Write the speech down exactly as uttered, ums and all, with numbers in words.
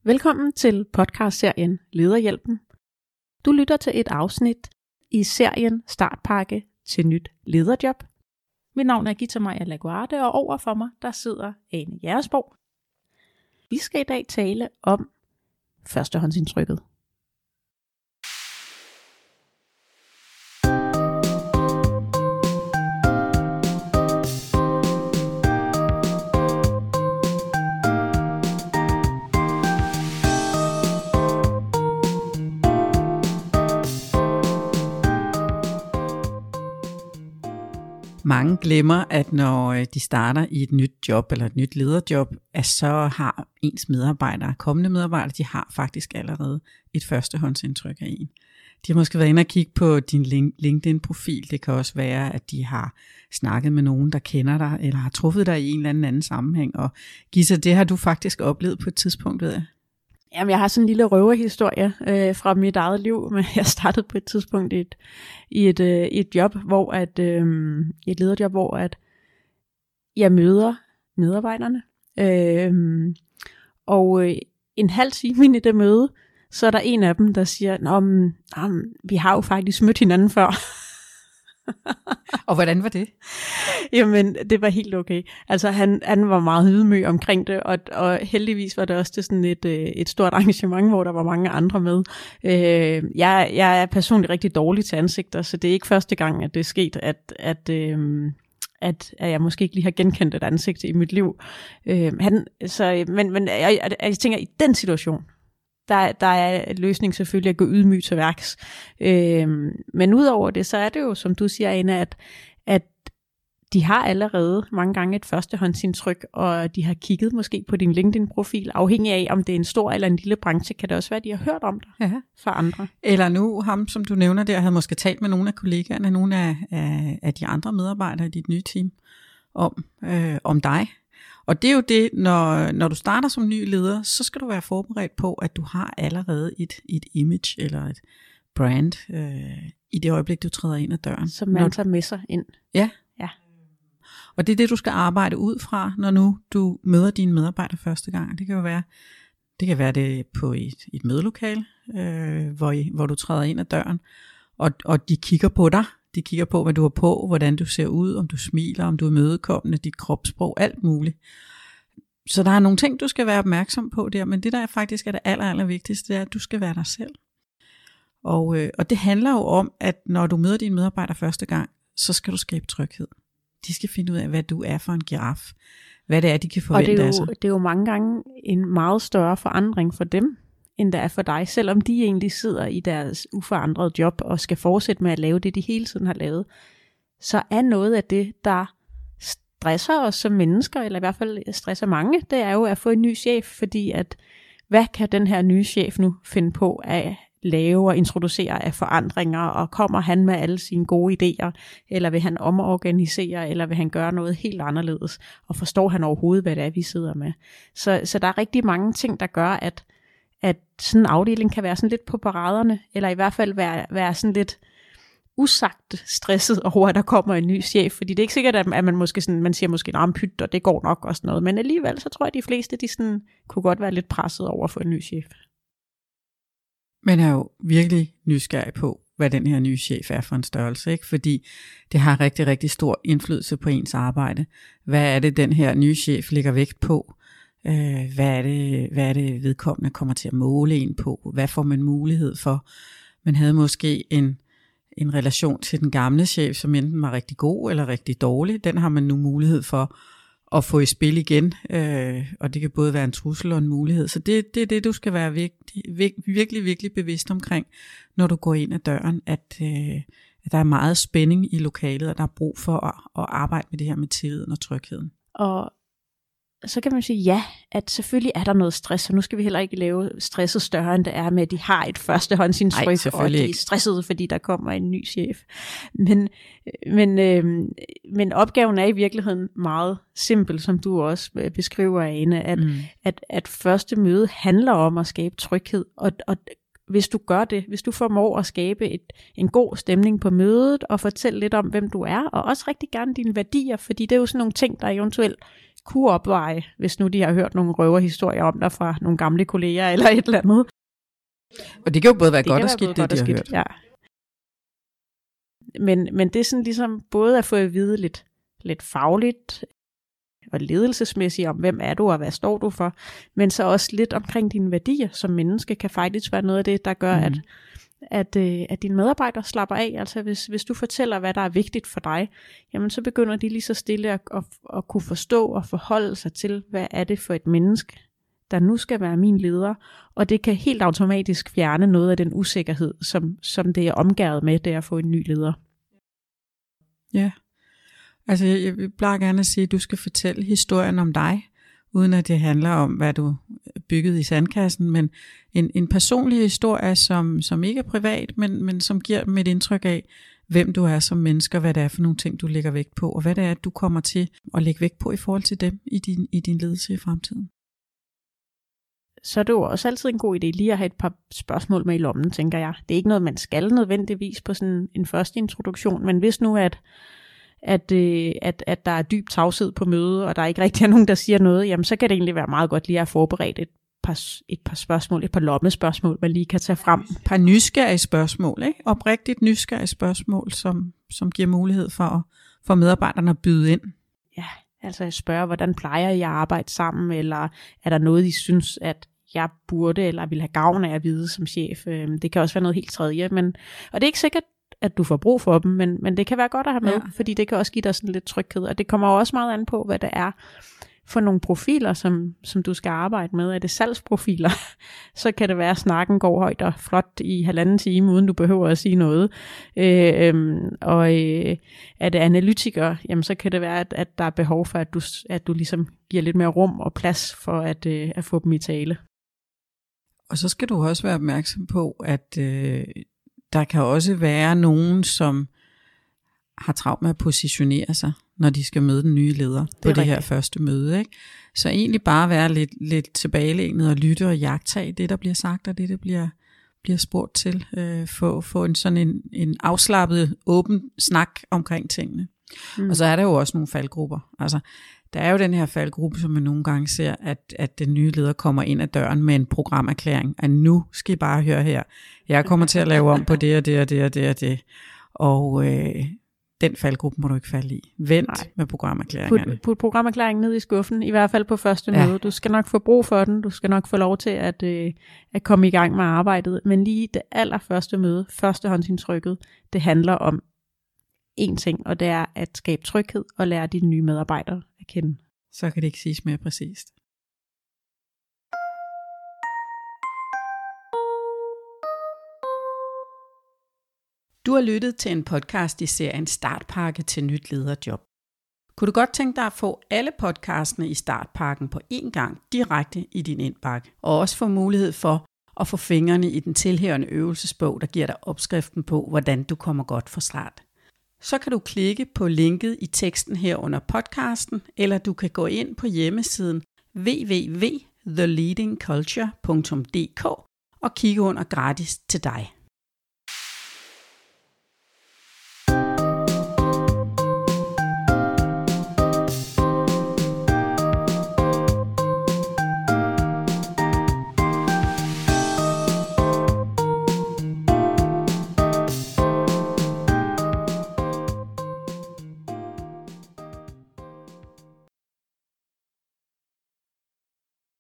Velkommen til podcastserien Lederhjælpen. Du lytter til et afsnit i serien Startpakke til nyt lederjob. Mit navn er Gita Maja Laguarde, og over for mig der sidder Ane Jægersborg. Vi skal i dag tale om førstehåndsindtrykket. Mange glemmer, at når de starter i et nyt job eller et nyt lederjob, at så har ens medarbejdere, kommende medarbejdere, de har faktisk allerede et førstehåndsindtryk af en. De har måske været inde og kigge på din LinkedIn-profil. Det kan også være, at de har snakket med nogen, der kender dig, eller har truffet dig i en eller anden, anden sammenhæng. Og Gita, det har du faktisk oplevet på et tidspunkt, ved jeg. Jamen, jeg har sådan en lille røverhistorie øh, fra mit eget liv, men jeg startede på et tidspunkt i et, i et, øh, et job, hvor at, øh, et lederjob, hvor at jeg møder medarbejderne, øh, og øh, en halv time ind i det møde, så er der en af dem, der siger, Nå, men, jamen, vi har jo faktisk mødt hinanden før. Og hvordan var det? Jamen, det var helt okay. Altså, han, han var meget ydmyg omkring det, og, og heldigvis var det også til sådan et, et stort arrangement, hvor der var mange andre med. Øh, jeg, jeg er personligt rigtig dårlig til ansigter, så det er ikke første gang, at det er sket, at, at, øh, at, at jeg måske ikke lige har genkendt et ansigt i mit liv. Øh, han, så, men men jeg, jeg, jeg tænker, i den situation, Der, der er løsning selvfølgelig at gå ydmyg til værks. Øhm, men udover det, så er det jo, som du siger, Anna, at, at de har allerede mange gange et førstehåndsindtryk, og de har kigget måske på din LinkedIn-profil, afhængig af, om det er en stor eller en lille branche, kan det også være, at de har hørt om dig ja. fra andre. Eller nu, ham som du nævner der, havde måske talt med nogle af kollegaerne, nogle af, af, af de andre medarbejdere i dit nye team, om, øh, om dig. Og det er jo det, når, når du starter som ny leder, så skal du være forberedt på, at du har allerede et, et image eller et brand øh, i det øjeblik, du træder ind ad døren. Som man tager med sig ind. Ja. ja. Og det er det, du skal arbejde ud fra, når nu du møder dine medarbejdere første gang. Det kan jo være, det kan være det på et, et mødelokale, øh, hvor, I, hvor du træder ind ad døren, og, og de kigger på dig. De kigger på, hvad du har på, hvordan du ser ud, om du smiler, om du er imødekommende, dit kropssprog, alt muligt. Så der er nogle ting, du skal være opmærksom på der, men det der faktisk er det aller, aller vigtigste, det er, at du skal være dig selv. Og, øh, og det handler jo om, at når du møder dine medarbejdere første gang, så skal du skabe tryghed. De skal finde ud af, hvad du er for en giraf. Hvad det er, de kan forvente af sig. Og det er, jo, det er jo mange gange en meget større forandring for dem, end der er for dig, selvom de egentlig sidder i deres uforandrede job og skal fortsætte med at lave det, de hele tiden har lavet, så er noget af det, der stresser os som mennesker, eller i hvert fald stresser mange, det er jo at få en ny chef, fordi at, hvad kan den her nye chef nu finde på at lave og introducere af forandringer, og kommer han med alle sine gode idéer, eller vil han omorganisere, eller vil han gøre noget helt anderledes, og forstår han overhovedet, hvad det er, vi sidder med. Så, så der er rigtig mange ting, der gør, at at sådan en afdeling kan være sådan lidt på paraderne, eller i hvert fald være, være sådan lidt usagt stresset over, at der kommer en ny chef, fordi det er ikke sikkert, at man måske sådan, man siger måske, nah, pyt, og det går nok og sådan noget, men alligevel, så tror jeg, at de fleste, de sådan, kunne godt være lidt presset over for en ny chef. Man er jo virkelig nysgerrig på, hvad den her nye chef er for en størrelse, ikke? Fordi det har rigtig, rigtig stor indflydelse på ens arbejde. Hvad er det, den her nye chef lægger vægt på? Øh, hvad, er det, hvad er det vedkommende kommer til at måle en på? Hvad får man mulighed for? Man havde måske en, en relation til den gamle chef, som enten var rigtig god eller rigtig dårlig. Den har man nu mulighed for at få i spil igen, øh, og det kan både være en trussel og en mulighed. Så det, det er det, du skal være virkelig, virkelig, virkelig bevidst omkring, når du går ind ad døren, at, øh, at der er meget spænding i lokalet, og der er brug for at, at arbejde med det her med tilliden og trygheden. Og så kan man sige, ja, at selvfølgelig er der noget stress, og nu skal vi heller ikke lave stresset større, end det er med, at de har et førstehåndsindtryk, og de er stressede, fordi der kommer en ny chef. Men, men, øh, men opgaven er i virkeligheden meget simpel, som du også beskriver, Ane, at, mm. at, at første møde handler om at skabe tryghed, og, og hvis du gør det, hvis du formår at skabe et, en god stemning på mødet, og fortælle lidt om, hvem du er, og også rigtig gerne dine værdier, fordi det er jo sådan nogle ting, der eventuelt kunne opveje, hvis nu de har hørt nogle røverhistorier om dig fra nogle gamle kolleger eller et eller andet. Og det kan jo både være det godt og skidt, det de har hørt. Ja. Men, men det er sådan ligesom både at få at vide lidt, lidt fagligt og ledelsesmæssigt om, hvem er du og hvad står du for, men så også lidt omkring dine værdier som menneske, kan faktisk være noget af det, der gør, mm. at, at, øh, at dine medarbejdere slapper af. Altså hvis, hvis du fortæller, hvad der er vigtigt for dig, jamen så begynder de lige så stille at, at, at kunne forstå og forholde sig til, hvad er det for et menneske, der nu skal være min leder, og det kan helt automatisk fjerne noget af den usikkerhed, som, som det er omgærdet med, det at få en ny leder. Ja, altså jeg, jeg vil bare gerne sige, at du skal fortælle historien om dig, uden at det handler om, hvad du byggede i sandkassen, men en, en personlig historie, som, som ikke er privat, men, men som giver dem et indtryk af, hvem du er som menneske, hvad det er for nogle ting, du lægger vægt på, og hvad det er, du kommer til at lægge vægt på i forhold til dem i din, i din ledelse i fremtiden. Så er det jo også altid en god idé lige at have et par spørgsmål med i lommen, tænker jeg. Det er ikke noget, man skal nødvendigvis på sådan en første introduktion, men hvis nu, at, at, at, at der er dyb tavshed på møde, og der ikke rigtig er nogen, der siger noget, jamen så kan det egentlig være meget godt lige at forberede et par, et par spørgsmål, et par lommespørgsmål, man lige kan tage frem. Et par nysgerrige spørgsmål, ikke? Oprigtigt nysgerrige spørgsmål, som, som giver mulighed for, for medarbejderne at byde ind. Ja, altså jeg spørger, hvordan plejer I at arbejde sammen, eller er der noget, I synes, at jeg burde, eller vil have gavn af at vide som chef. Det kan også være noget helt tredje, men, og det er ikke sikkert, at du får brug for dem, men, men det kan være godt at have med, ja. Fordi det kan også give dig sådan lidt tryghed, og det kommer også meget an på, hvad det er for nogle profiler, som, som du skal arbejde med. Er det salgsprofiler, så kan det være, at snakken går højt og flot i halvanden time, uden du behøver at sige noget. Øh, øh, og øh, er det analytikere, jamen så kan det være, at, at der er behov for, at du, at du ligesom giver lidt mere rum og plads for at, øh, at få dem i tale. Og så skal du også være opmærksom på, at øh, der kan også være nogen, som har travlt med at positionere sig, når de skal møde den nye leder det på det rigtigt. Her første møde. Ikke? Så egentlig bare være lidt, lidt tilbagelænet og lytte og jagttage det, der bliver sagt, og det, der bliver, bliver spurgt til. Øh, få, få en sådan en, en afslappet, åben snak omkring tingene. Mm. Og så er der jo også nogle faldgrupper. Altså, der er jo den her faldgruppe, som man nogle gange ser, at, at den nye leder kommer ind ad døren med en programerklæring, at nu skal I bare høre her, jeg kommer til at lave om på det og det og det og det og det. Og øh, den faldgruppe må du ikke falde i. Vent Nej. Med programerklæringerne. Put, put programerklæringen ned i skuffen, i hvert fald på første ja. Møde. Du skal nok få brug for den, du skal nok få lov til at, øh, at komme i gang med arbejdet, men lige det allerførste møde, førstehåndsindtrykket, det handler om én ting, og det er at skabe tryghed og lære dine nye medarbejdere at kende. Så kan det ikke siges mere præcist. Du har lyttet til en podcast i serien Startpakke til nyt lederjob. Kunne du godt tænke dig at få alle podcastene i Startpakken på én gang direkte i din indbakke, og også få mulighed for at få fingrene i den tilhørende øvelsesbog, der giver dig opskriften på, hvordan du kommer godt fra start. Så kan du klikke på linket i teksten her under podcasten, eller du kan gå ind på hjemmesiden w w w punktum the leading culture punktum d k og kigge under gratis til dig.